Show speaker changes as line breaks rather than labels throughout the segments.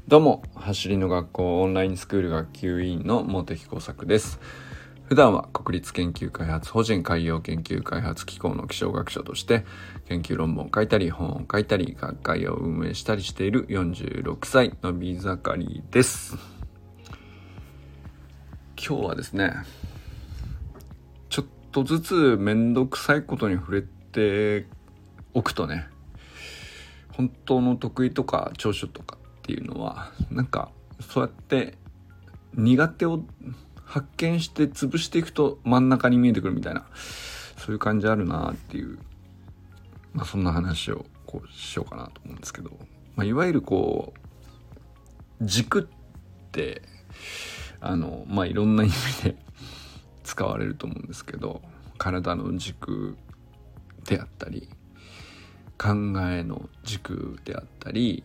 どうも、走りの学校オンラインスクール学級委員の茂木耕作です。普段は国立研究開発法人海洋研究開発機構の気象学者として研究論文を書いたり本を書いたり学会を運営したりしている46歳のび盛りです。今日はですね、ちょっとずつめんどくさいことに触れておくとね、本当の得意とか長所とかっていうのはなんかそうやって苦手を発見して潰していくと真ん中に見えてくるみたいな、そういう感じあるなっていう、そんな話をしようかなと思うんですけど、いわゆる軸っていろんな意味で使われると思うんですけど、体の軸であったり考えの軸であったり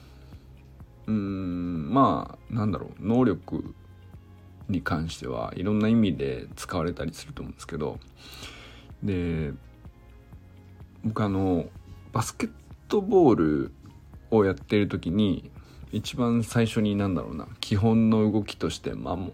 能力に関してはいろんな意味で使われたりすると思うんですけど、で僕バスケットボールをやっている時に一番最初に基本の動きとして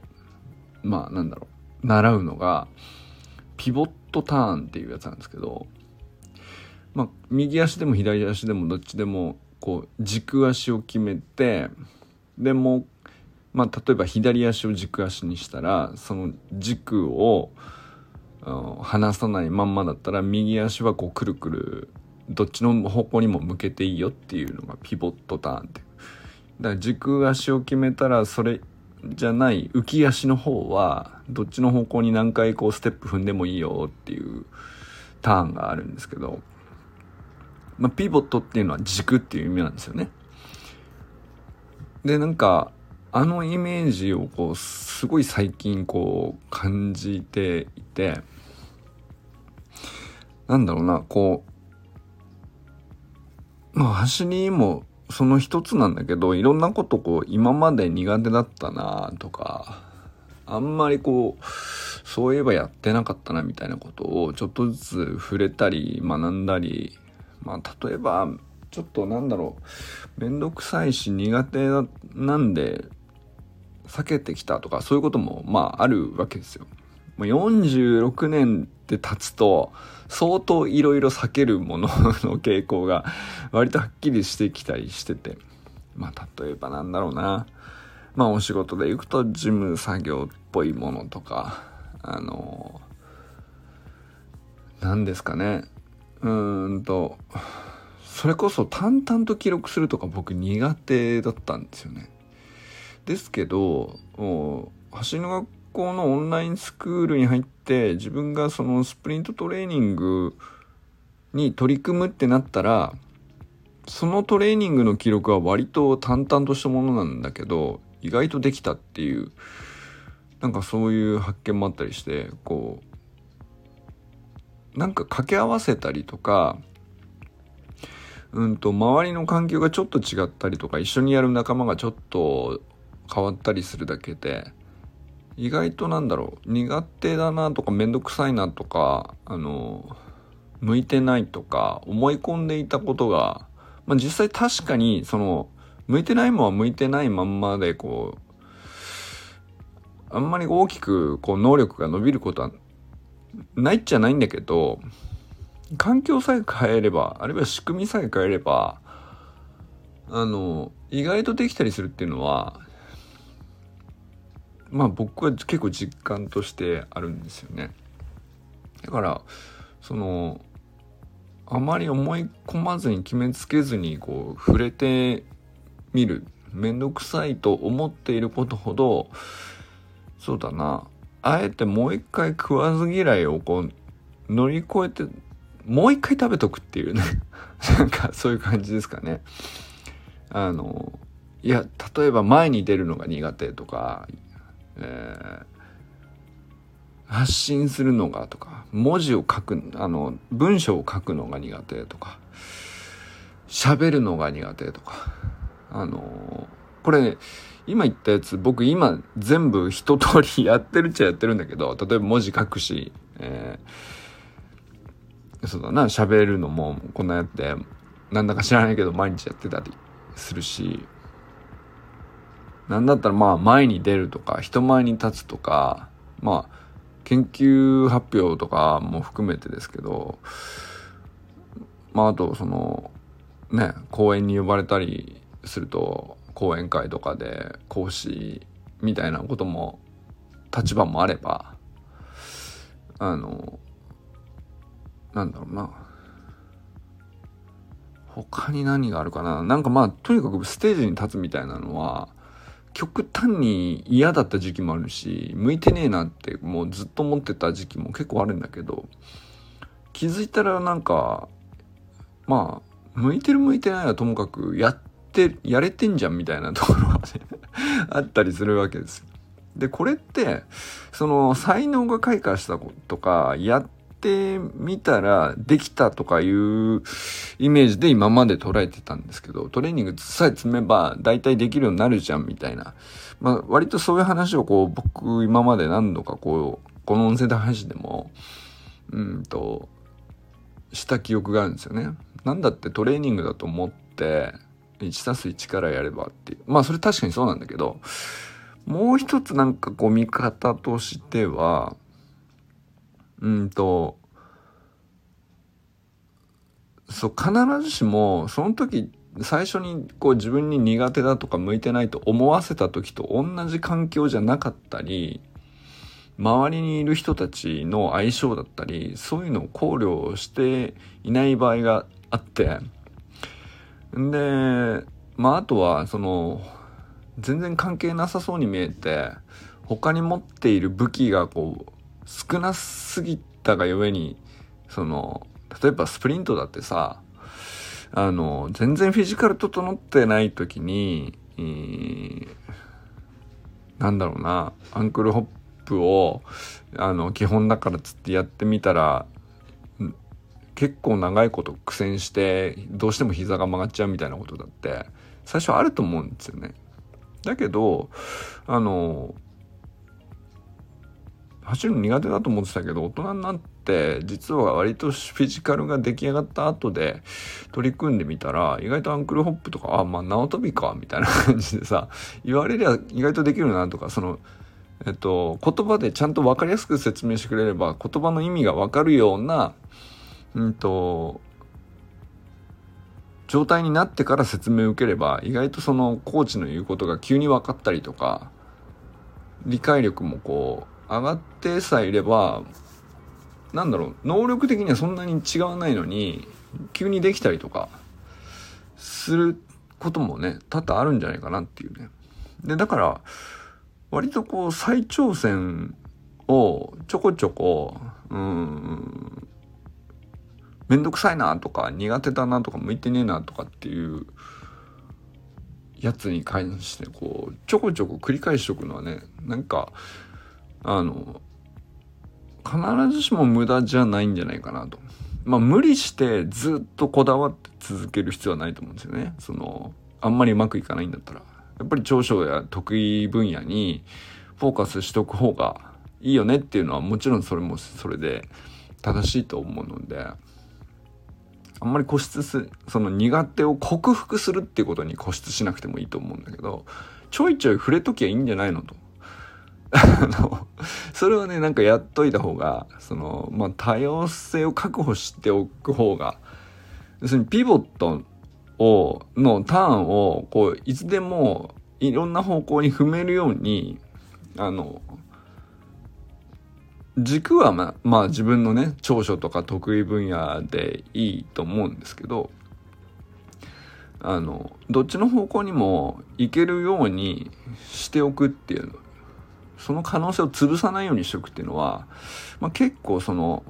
習うのがピボットターンっていうやつなんですけど、右足でも左足でもどっちでも軸足を決めて、でも例えば左足を軸足にしたらその軸を離さないまんまだったら右足はくるくるどっちの方向にも向けていいよっていうのがピボットターンって。だから軸足を決めたらそれじゃない浮き足の方はどっちの方向に何回ステップ踏んでもいいよっていうターンがあるんですけど、ピボットっていうのは軸っていう意味なんですよね。であのイメージをすごい最近感じていて、走りもその一つなんだけど、いろんなこと今まで苦手だったなとか、あんまりそういえばやってなかったなみたいなことをちょっとずつ触れたり学んだり、例えばちょっとめんどくさいし苦手なんで避けてきたとか、そういうこともあるわけですよ。46年って経つと相当いろいろ避けるものの傾向が割とはっきりしてきたりしてて、例えばお仕事で行くと事務作業っぽいものとか、何ですかね、それこそ淡々と記録するとか僕苦手だったんですよね。ですけど走りの学校のオンラインスクールに入って自分がそのスプリントトレーニングに取り組むってなったら、そのトレーニングの記録は割と淡々としたものなんだけど意外とできたっていう、そういう発見もあったりして、掛け合わせたりとか、周りの環境がちょっと違ったりとか、一緒にやる仲間がちょっと変わったりするだけで意外と苦手だなとかめんどくさいなとか向いてないとか思い込んでいたことが、実際確かに向いてないもんは向いてないまんまであんまり大きく能力が伸びることはないっちゃないんだけど、環境さえ変えれば、あるいは仕組みさえ変えれば意外とできたりするっていうのは僕は結構実感としてあるんですよね。だからあまり思い込まずに決めつけずに触れてみる。めんどくさいと思っていることほどあえてもう一回食わず嫌いを乗り越えてもう一回食べとくっていうねそういう感じですかね。例えば前に出るのが苦手とか、発信するのがとか、文字を書く文章を書くのが苦手とか、喋るのが苦手とか、これね、今言ったやつ僕今全部一通りやってるっちゃやってるんだけど、例えば文字書くし、喋るのもこんなやってなんだか知らないけど毎日やってたりするし、 なんだったらまあ前に出るとか人前に立つとか、まあ研究発表とかも含めてですけど、まああとそのね講演に呼ばれたりすると講演会とかで講師みたいなことも立場もあれば、なんだろうな、他に何があるかな。なんかまあとにかくステージに立つみたいなのは極端に嫌だった時期もあるし、向いてねえなってもうずっと思ってた時期も結構あるんだけど、気づいたらなんかまあ向いてる向いてないはともかくやれてんじゃんみたいなところがねあったりするわけですよ。でこれってその才能が開花したことかやってみたらできたとかいうイメージで今まで捉えてたんですけど、トレーニングさえ積めば大体できるようになるじゃんみたいな、まあ割とそういう話をこう僕今まで何度かこの音声で配信でもした記憶があるんですよね。なんだってトレーニングだと思って1+1からやればっていう、まあそれ確かにそうなんだけど、もう一つなんかこう見方としてはそう必ずしもその時最初にこう自分に苦手だとか向いてないと思わせた時と同じ環境じゃなかったり、周りにいる人たちの相性だったり、そういうのを考慮していない場合があって、でまああとはその全然関係なさそうに見えて他に持っている武器がこう少なすぎたがゆえに、その例えばスプリントだってさ、全然フィジカル整ってない時に、なんだろうな、アンクルホップを基本だからつってやってみたら結構長いこと苦戦してどうしても膝が曲がっちゃうみたいなことだって最初あると思うんですよね。だけど走るの苦手だと思ってたけど、大人になって実は割とフィジカルが出来上がった後で取り組んでみたら、意外とアンクルホップとかまあ縄跳びかみたいな感じでさ言われりゃ意外とできるなとか、その言葉でちゃんと分かりやすく説明してくれれば言葉の意味が分かるような状態になってから説明を受ければ、意外とそのコーチの言うことが急に分かったりとか、理解力もこう上がってさえいれば、なんだろう、能力的にはそんなに違わないのに急にできたりとかすることもね多々あるんじゃないかなっていうね。でだから割とこう再挑戦をちょこちょこめんどくさいなとか苦手だなとか向いてねえなとかっていうやつに関してこうちょこちょこ繰り返しておくのはね、なんか必ずしも無駄じゃないんじゃないかなと。まあ無理してずっとこだわって続ける必要はないと思うんですよね。そのあんまりうまくいかないんだったらやっぱり長所や得意分野にフォーカスしておく方がいいよねっていうのはもちろんそれもそれで正しいと思うので、あんまりその苦手を克服するっていうことに固執しなくてもいいと思うんだけど、ちょいちょい触れときゃいいんじゃないのとそれはねなんかやっといた方が、そのまあ多様性を確保しておく方が、要するにピボットのターンをこういつでもいろんな方向に踏めるように軸はまあ自分のね長所とか得意分野でいいと思うんですけど、どっちの方向にも行けるようにしておくっていう、その可能性を潰さないようにしておくっていうのは、まあ、結構その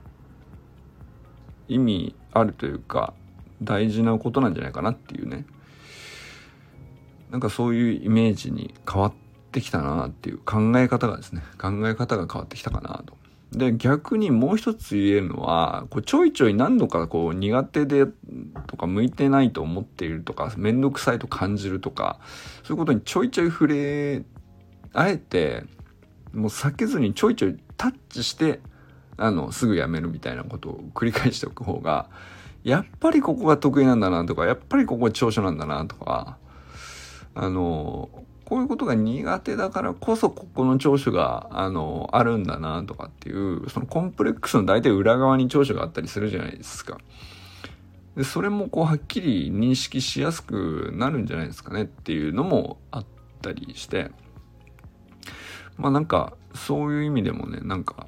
意味あるというか大事なことなんじゃないかなっていうね、なんかそういうイメージに変わってきたなっていう考え方が変わってきたかなと。で逆にもう一つ言えるのは、こうちょいちょい何度かこう苦手でとか向いてないと思っているとか面倒くさいと感じるとか、そういうことにちょいちょい触れあえてもう避けずにちょいちょいタッチしてすぐやめるみたいなことを繰り返しておく方が、やっぱりここが得意なんだなとか、やっぱりここが長所なんだなとかこういうことが苦手だからこそここの長所があるんだなとかっていう、そのコンプレックスの大体裏側に長所があったりするじゃないですか。でそれもこうはっきり認識しやすくなるんじゃないですかねっていうのもあったりして、まあなんかそういう意味でもね、なんか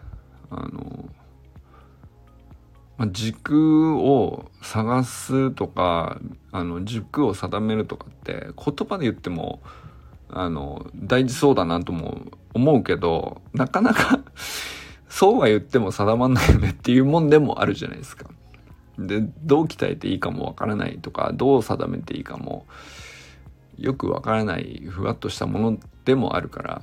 軸を探すとか軸を定めるとかって言葉で言っても大事そうだなとも思うけど、なかなかそうは言っても定まんないよねっていうもんでもあるじゃないですか。でどう鍛えていいかもわからないとか、どう定めていいかもよくわからないふわっとしたものでもあるから、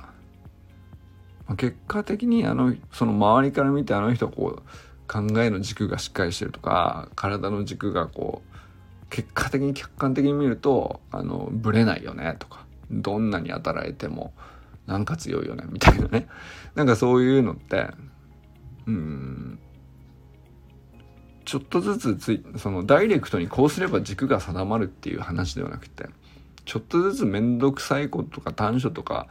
結果的にその周りから見て人はこう考えの軸がしっかりしてるとか、体の軸がこう結果的に客観的に見るとブレないよねとか、どんなに当たられてもなんか強いよねみたいなね、なんかそういうのってちょっとずつそのダイレクトにこうすれば軸が定まるっていう話ではなくて、ちょっとずつめんどくさいこととか短所とか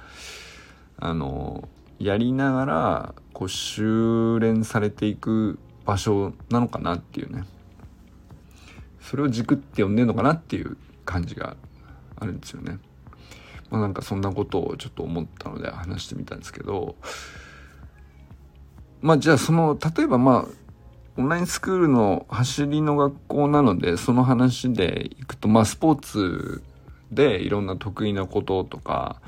やりながらこう修練されていく場所なのかなっていうね、それを軸って呼んでるのかなっていう感じがあるんですよね。なんかそんなことをちょっと思ったので話してみたんですけど、じゃあ例えばオンラインスクールの走りの学校なので、その話でいくとスポーツでいろんな得意なこととか、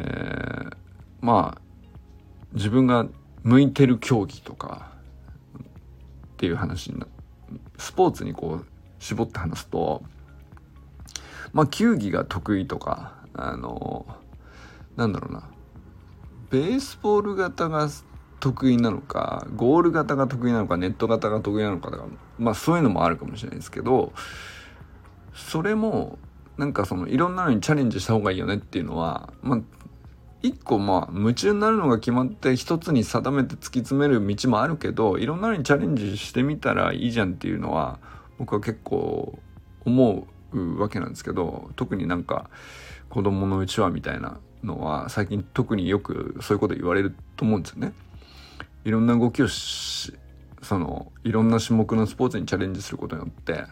自分が向いてる競技とかっていう話にスポーツにこう絞って話すと、球技が得意とかなんだろうな、ベースボール型が得意なのか、ゴール型が得意なのか、ネット型が得意なのかとか、そういうのもあるかもしれないですけど、それもなんかいろんなのにチャレンジした方がいいよねっていうのは、一個夢中になるのが決まって一つに定めて突き詰める道もあるけど、いろんなのにチャレンジしてみたらいいじゃんっていうのは僕は結構思うわけなんですけど、特になんか子供のうちはみたいなのは最近特によくそういうこと言われると思うんですよね。いろんな動きをいろんな種目のスポーツにチャレンジすることによって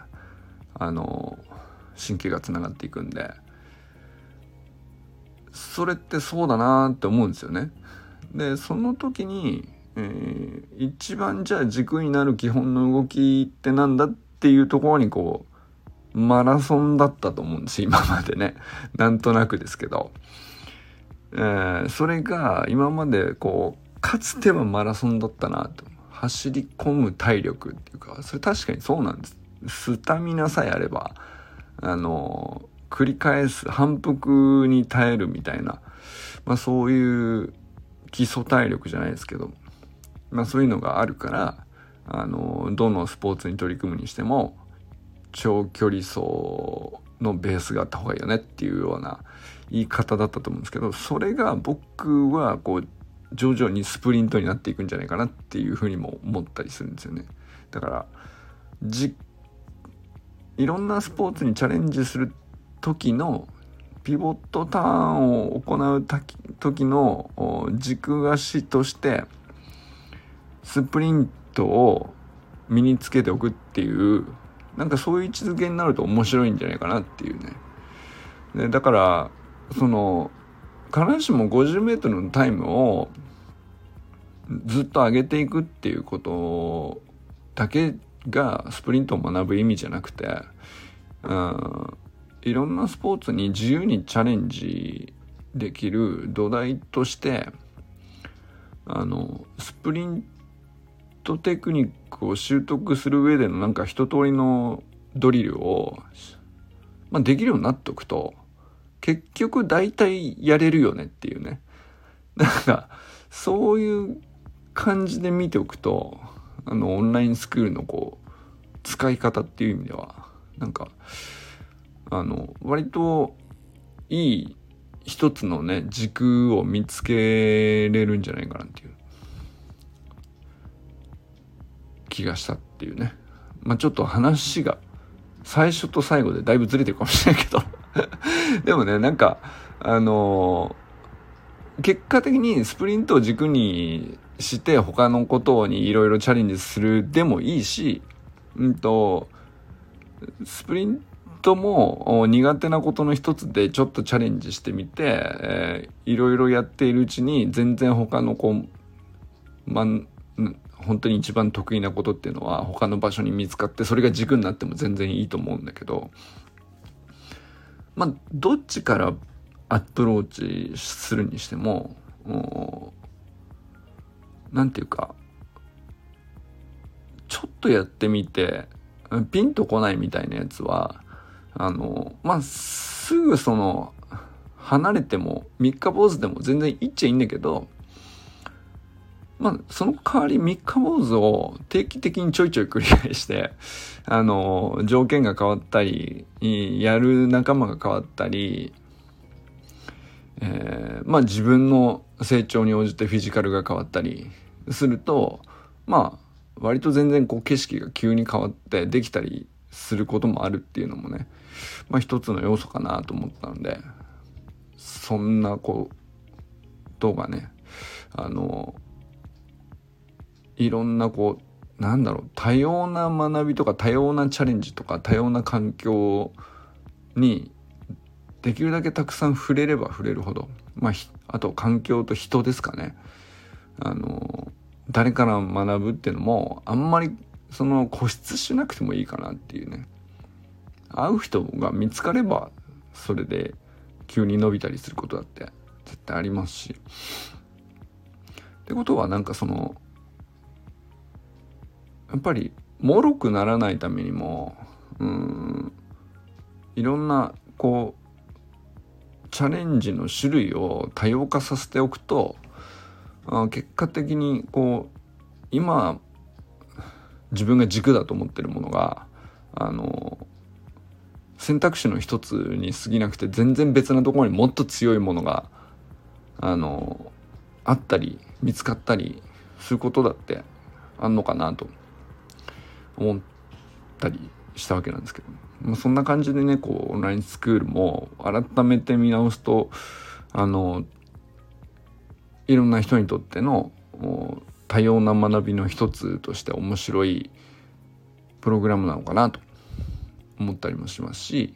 神経がつながっていくんで、それってそうだなって思うんですよね。でその時に、一番じゃあ軸になる基本の動きってなんだっていうところにこうマラソンだったと思うんです今までね、なんとなくですけど、それが今までこうかつてはマラソンだったなと、走り込む体力っていうか、それ確かにそうなんです。スタミナさえあれば繰り返す反復に耐えるみたいな、そういう基礎体力じゃないですけど、そういうのがあるからどのスポーツに取り組むにしても長距離走のベースがあった方がいいよねっていうような言い方だったと思うんですけど、それが僕はこう徐々にスプリントになっていくんじゃないかなっていうふうにも思ったりするんですよね。だからいろんなスポーツにチャレンジする時のピボットターンを行う時の軸足としてスプリントを身につけておくっていう、なんかそういう位置づけになると面白いんじゃないかなっていうね。でだから必ずしも 50m のタイムをずっと上げていくっていうことだけがスプリントを学ぶ意味じゃなくて、いろんなスポーツに自由にチャレンジできる土台としてスプリントテクニックを習得する上でのなんか一通りのドリルを、できるようになっておくと結局大体やれるよねっていうね、なんかそういう感じで見ておくとオンラインスクールのこう使い方っていう意味ではなんか割といい一つのね軸を見つけれるんじゃないかなっていう気がしたっていうね。ちょっと話が最初と最後でだいぶずれてるかもしれないけどでもね、なんか結果的にスプリントを軸にして他のことにいろいろチャレンジするでもいいし、スプリントも苦手なことの一つでちょっとチャレンジしてみて、いろいろやっているうちに全然他の本当に一番得意なことっていうのは他の場所に見つかって、それが軸になっても全然いいと思うんだけど、どっちからアプローチするにしても、なんていうか、ちょっとやってみてピンとこないみたいなやつはすぐ離れても三日坊主でも全然いっちゃいいんだけど、その代わり三日坊主を定期的にちょいちょい繰り返して、条件が変わったり、やる仲間が変わったり、自分の成長に応じてフィジカルが変わったりすると、割と全然景色が急に変わってできたりすることもあるっていうのもね、一つの要素かなと思ったので、そんなことがね、いろんな多様な学びとか多様なチャレンジとか多様な環境にできるだけたくさん触れれば触れるほど、あと環境と人ですかね、誰から学ぶっていうのもあんまり固執しなくてもいいかなっていうね。会う人が見つかればそれで急に伸びたりすることだって絶対ありますし、ってことはやっぱり脆くならないためにもいろんなチャレンジの種類を多様化させておくと、結果的に今自分が軸だと思ってるものが選択肢の一つに過ぎなくて、全然別なところにもっと強いものがあったり見つかったりすることだってあんのかなと思ったりしたわけなんですけど、そんな感じでね、オンラインスクールも改めて見直すといろんな人にとっての多様な学びの一つとして面白いプログラムなのかなと思ったりもしますし、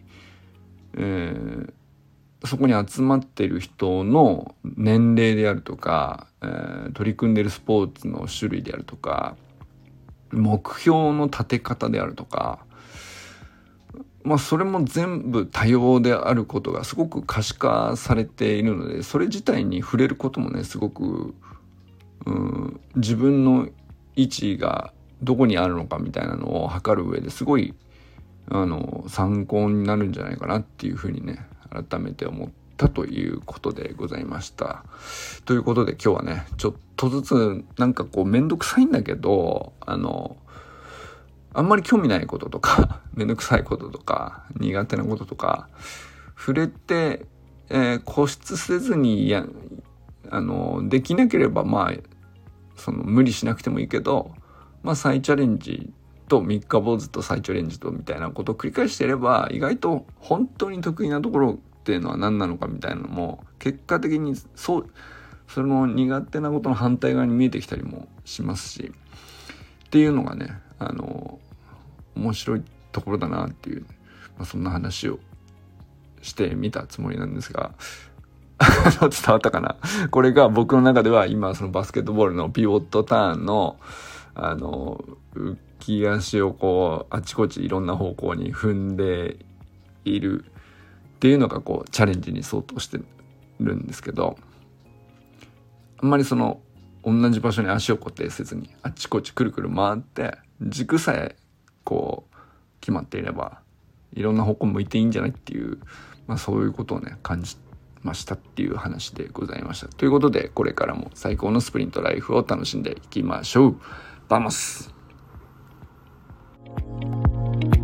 そこに集まっている人の年齢であるとか、取り組んでいるスポーツの種類であるとか、目標の立て方であるとか、それも全部多様であることがすごく可視化されているので、それ自体に触れることもね、すごく自分の位置がどこにあるのかみたいなのを測る上ですごい参考になるんじゃないかなっていうふうにね、改めて思ったということでございました。ということで今日はね、ちょっとずつめんどくさいんだけど、あんまり興味ないこととかめんどくさいこととか苦手なこととか触れて、固執せずにできなければ無理しなくてもいいけど、再チャレンジと三日坊主と再チャレンジとみたいなことを繰り返していれば、意外と本当に得意なところっていうのは何なのかみたいなのも結果的にその苦手なことの反対側に見えてきたりもしますしっていうのがね、面白いところだなっていう、そんな話をしてみたつもりなんですが伝わったかな。これが僕の中では今バスケットボールのピボットターンの浮き足をあちこちいろんな方向に踏んでいるっていうのがチャレンジに相当してるんですけど、あんまり同じ場所に足を固定せずにあちこちくるくる回って軸さえ決まっていればいろんな方向向いていいんじゃないっていう、そういうことをね感じましたっていう話でございました。ということでこれからも最高のスプリントライフを楽しんでいきましょう。バモス。